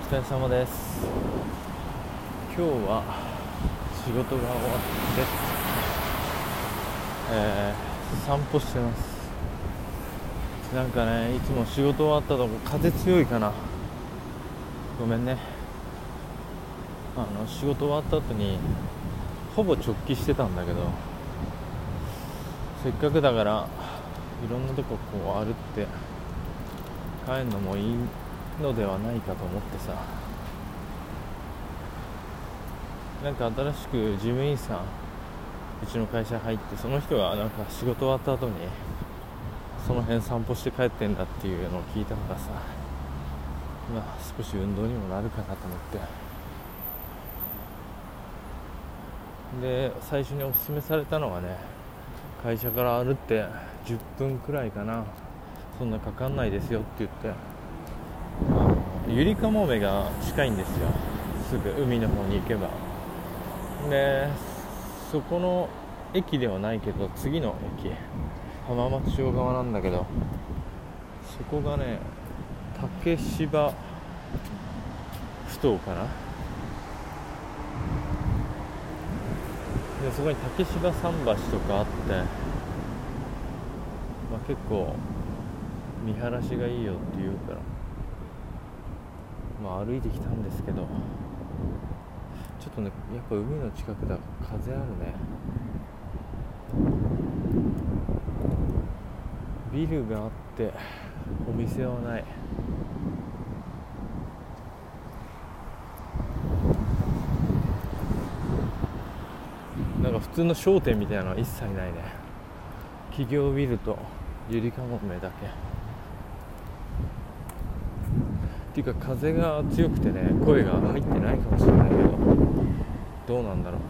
疲れ様です。今日は仕事が終わって散歩してます。なんかね、いつも仕事終わったとこ風強いかな、ごめんね。仕事終わった後にほぼ直帰してたんだけど、せっかくだからいろんなとここう歩って帰るのもいいのではないかと思ってさ、なんか新しく事務員さんうちの会社入って、その人がなんか仕事終わった後にその辺散歩して帰ってんだっていうのを聞いたからさ、少し運動にもなるかなと思って、で最初におすすめされたのはね、会社から歩って10分くらいかな、そんなかかんないですよって言って、ゆりかもめが近いんですよ、すぐ海の方に行けば。でそこの駅ではないけど、次の駅浜松町側なんだけど、そこがね竹芝ふ頭かな。でそこに竹芝桟橋とかあって、結構見晴らしがいいよって言うから、歩いてきたんですけど、ちょっとねやっぱ海の近くだから風あるね。ビルがあってお店はない。なんか普通の商店みたいなのは一切ないね。企業ビルとゆりかもめだけっていうか、風が強くてね声が入ってないかもしれないけど、どうなんだろう。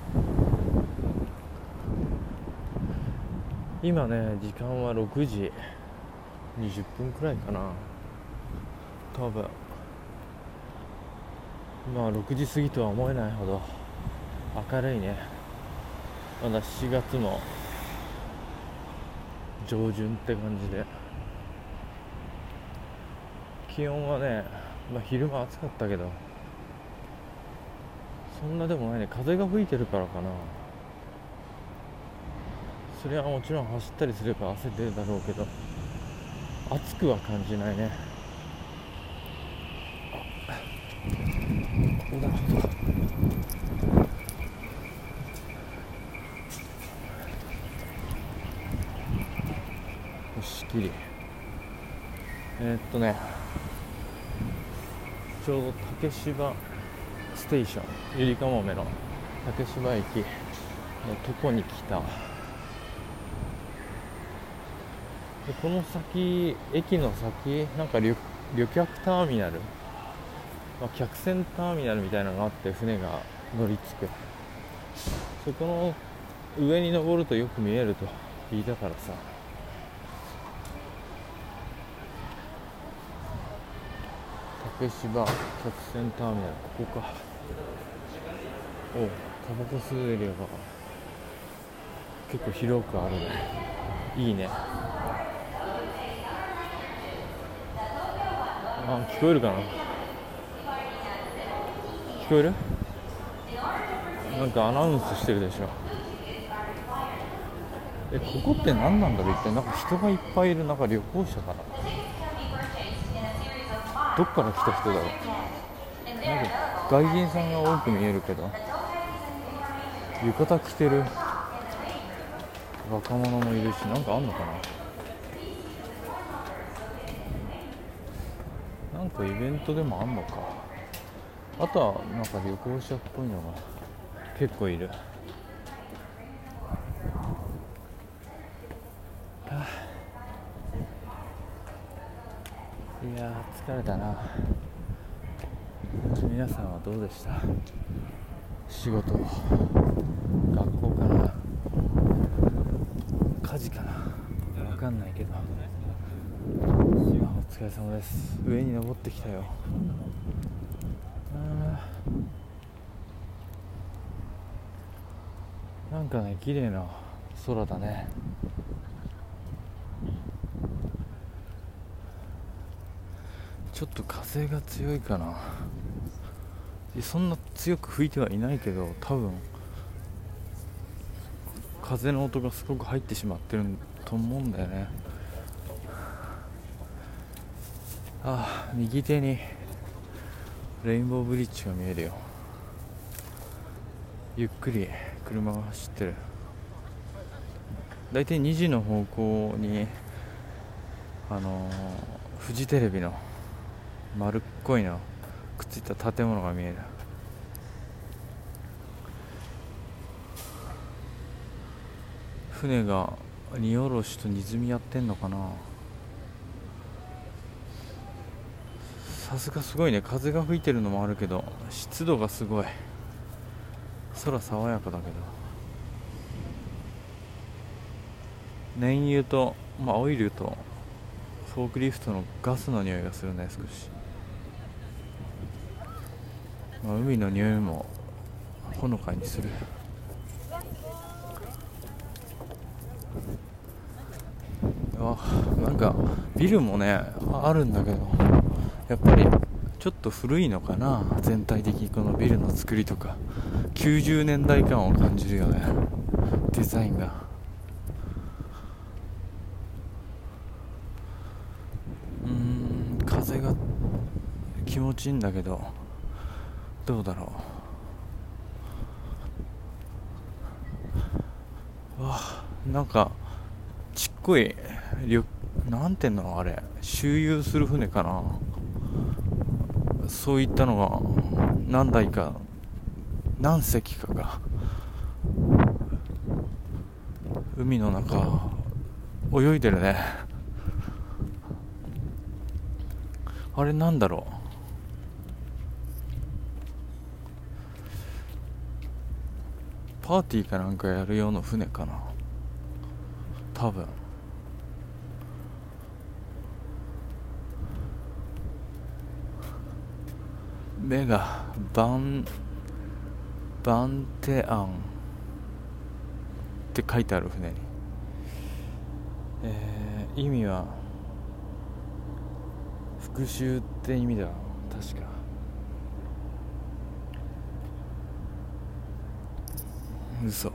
今ね時間は6時20分くらいかな、多分。6時過ぎとは思えないほど明るいね。まだ7月も上旬って感じで、気温はね、昼間暑かったけどそんなでもないね。風が吹いてるからかな。それはもちろん走ったりすれば汗出るだろうけど、暑くは感じないね。横断歩道、押切ちょうど竹芝ステーション、ゆりかもめの竹芝駅のとこに来た。でこの先、駅の先、なんか旅客ターミナル、客船ターミナルみたいなのがあって、船が乗り継く、そこの上に登るとよく見えると聞いたからさ、竹芝客船ターミナル、ここか。タバコ吸うエリアが結構広くあるね。いいね。聞こえるかな。聞こえる？なんかアナウンスしてるでしょ。ここって何なんだろう。一体なんか人がいっぱいいる。なんか旅行者かな。どっから来た人だろう。なんか外人さんが多く見えるけど、浴衣着てる若者もいるし、なんかあんのかな。なんかイベントでもあんのか。あとはなんか旅行者っぽいのが結構いる。いやー疲れたな。皆さんはどうでした？仕事、学校かな、家事かな、分かんないけど、お疲れ様です。上に登ってきたよ。なんかね綺麗な空だね。 ちょっと風が強いかな。そんな強く吹いてはいないけど、多分風の音がすごく入ってしまってると思うんだよね。右手にレインボーブリッジが見えるよ。ゆっくり車が走ってる。だいたい2時の方向にフジテレビの丸っこいのくっついた建物が見える。船が荷下ろしと荷積みやってんのかな。さすがすごいね。風が吹いてるのもあるけど湿度がすごい。空爽やかだけど、燃油と、オイルとフォークリフトのガスの匂いがするね。少し、海の匂いもほのかにする。なんかビルもねあるんだけど、やっぱりちょっと古いのかな。全体的にこのビルの作りとか90年代感を感じるよね、デザインが。風が気持ちいいんだけど、どうだろう。なんかちっこいなんていうのあれ、周遊する船かな。そういったのが何台か、何隻かが海の中泳いでるね。あれなんだろう。パーティーかなんかやる用の船かな、多分。目がバンテアンって書いてある船に、意味は復讐って意味だ、確か。嘘。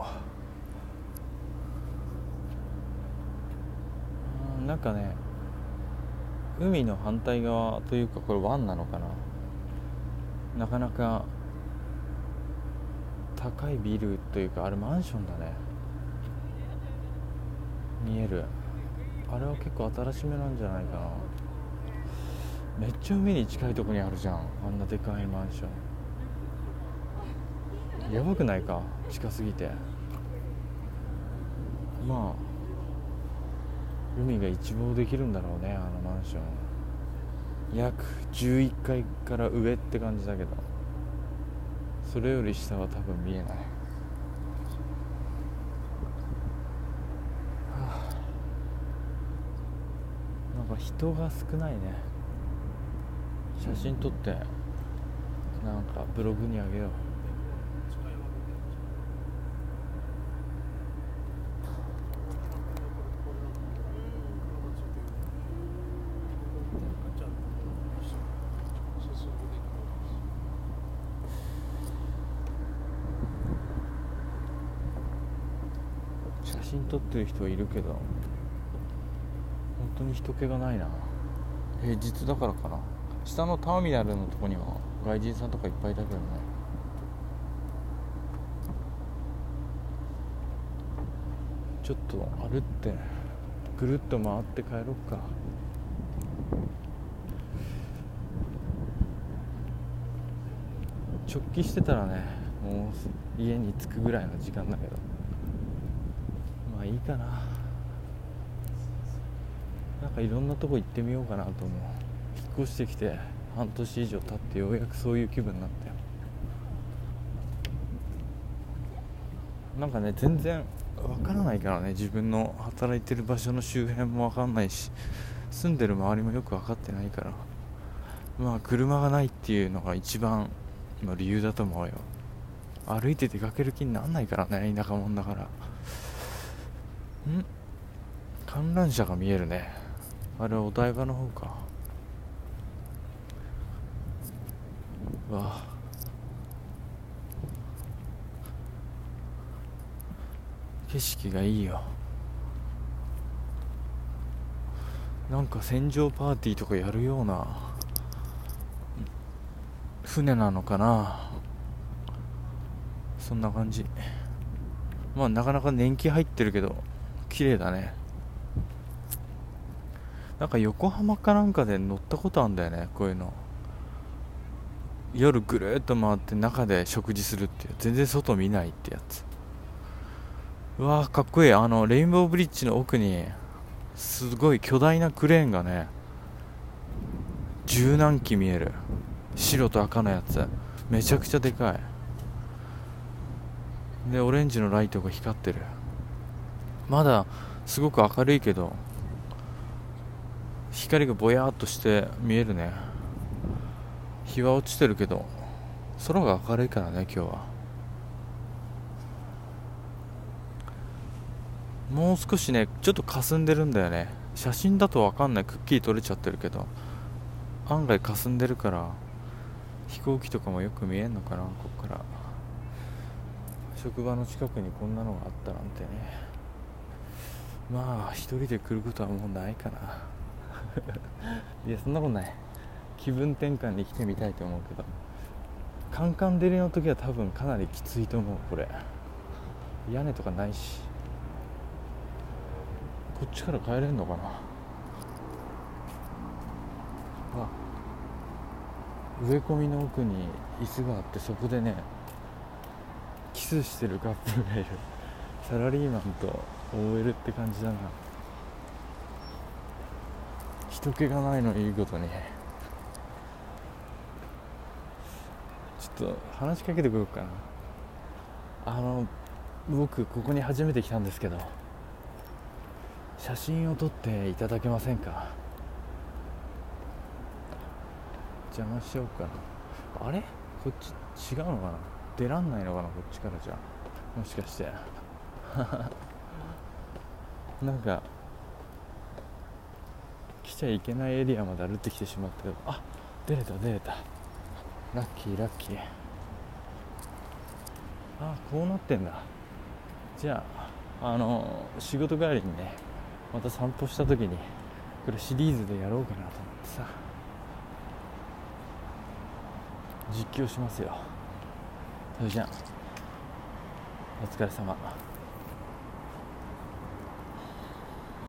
なんかね、海の反対側というか、これ湾なのかな。なかなか高いビルというか、あれマンションだね、見える。あれは結構新しめなんじゃないかな。めっちゃ海に近いとこにあるじゃん、あんなでかいマンション。やばくないか、近すぎて。海が一望できるんだろうね、あのマンション。約11階から上って感じだけど、それより下は多分見えない。なんか人が少ないね。写真撮ってなんかブログにあげよう。写真撮ってる人はいるけど、本当に人気がないな。平日だからかな。下のターミナルのとこには外人さんとかいっぱいだけどね。ちょっと歩ってぐるっと回って帰ろうか。直帰してたらね、もう家に着くぐらいの時間だけど、いいかな。なんかいろんなとこ行ってみようかなと思う。引っ越してきて半年以上経ってようやくそういう気分になったよ。なんかね、全然わからないからね。自分の働いてる場所の周辺もわかんないし、住んでる周りもよく分かってないから、車がないっていうのが一番の理由だと思うよ。歩いて出かける気になんないからね、田舎者だから。観覧車が見えるね。あれはお台場の方か。 わあ、景色がいいよ。なんか船上パーティーとかやるような船なのかな、そんな感じ。まあなかなか年季入ってるけど綺麗だね。なんか横浜かなんかで乗ったことあるんだよね、こういうの。夜ぐるーっと回って中で食事するっていう、全然外見ないってやつ。うわーかっこいい。レインボーブリッジの奥にすごい巨大なクレーンがね、十何機見える。白と赤のやつ、めちゃくちゃでかい。でオレンジのライトが光ってる。まだすごく明るいけど光がぼやーっとして見えるね。日は落ちてるけど空が明るいからね、今日は。もう少しね、ちょっと霞んでるんだよね。写真だと分かんない、くっきり撮れちゃってるけど案外霞んでるから飛行機とかもよく見えんのかな、ここから。職場の近くにこんなのがあったなんてね。まあ一人で来ることはもうないかないやそんなことない、気分転換に来てみたいと思うけど、カンカン照りの時は多分かなりきついと思う。これ屋根とかないし、こっちから帰れるのかな。あ、植え込みの奥に椅子があって、そこでねキスしてるカップルがいる。サラリーマンと OL って感じだな。人気がないのいいことに。ちょっと話しかけてこようかな。僕ここに初めて来たんですけど、写真を撮っていただけませんか。邪魔しようかな。あれこっち違うのかな、出らんないのかな、こっちから。じゃあもしかしてなんか来ちゃいけないエリアまで歩ってきてしまったけど、あ、出れたラッキー。あ、こうなってんだ。じゃあ仕事帰りにね、また散歩した時にこれシリーズでやろうかなと思ってさ、実況しますよ。それじゃあお疲れ様。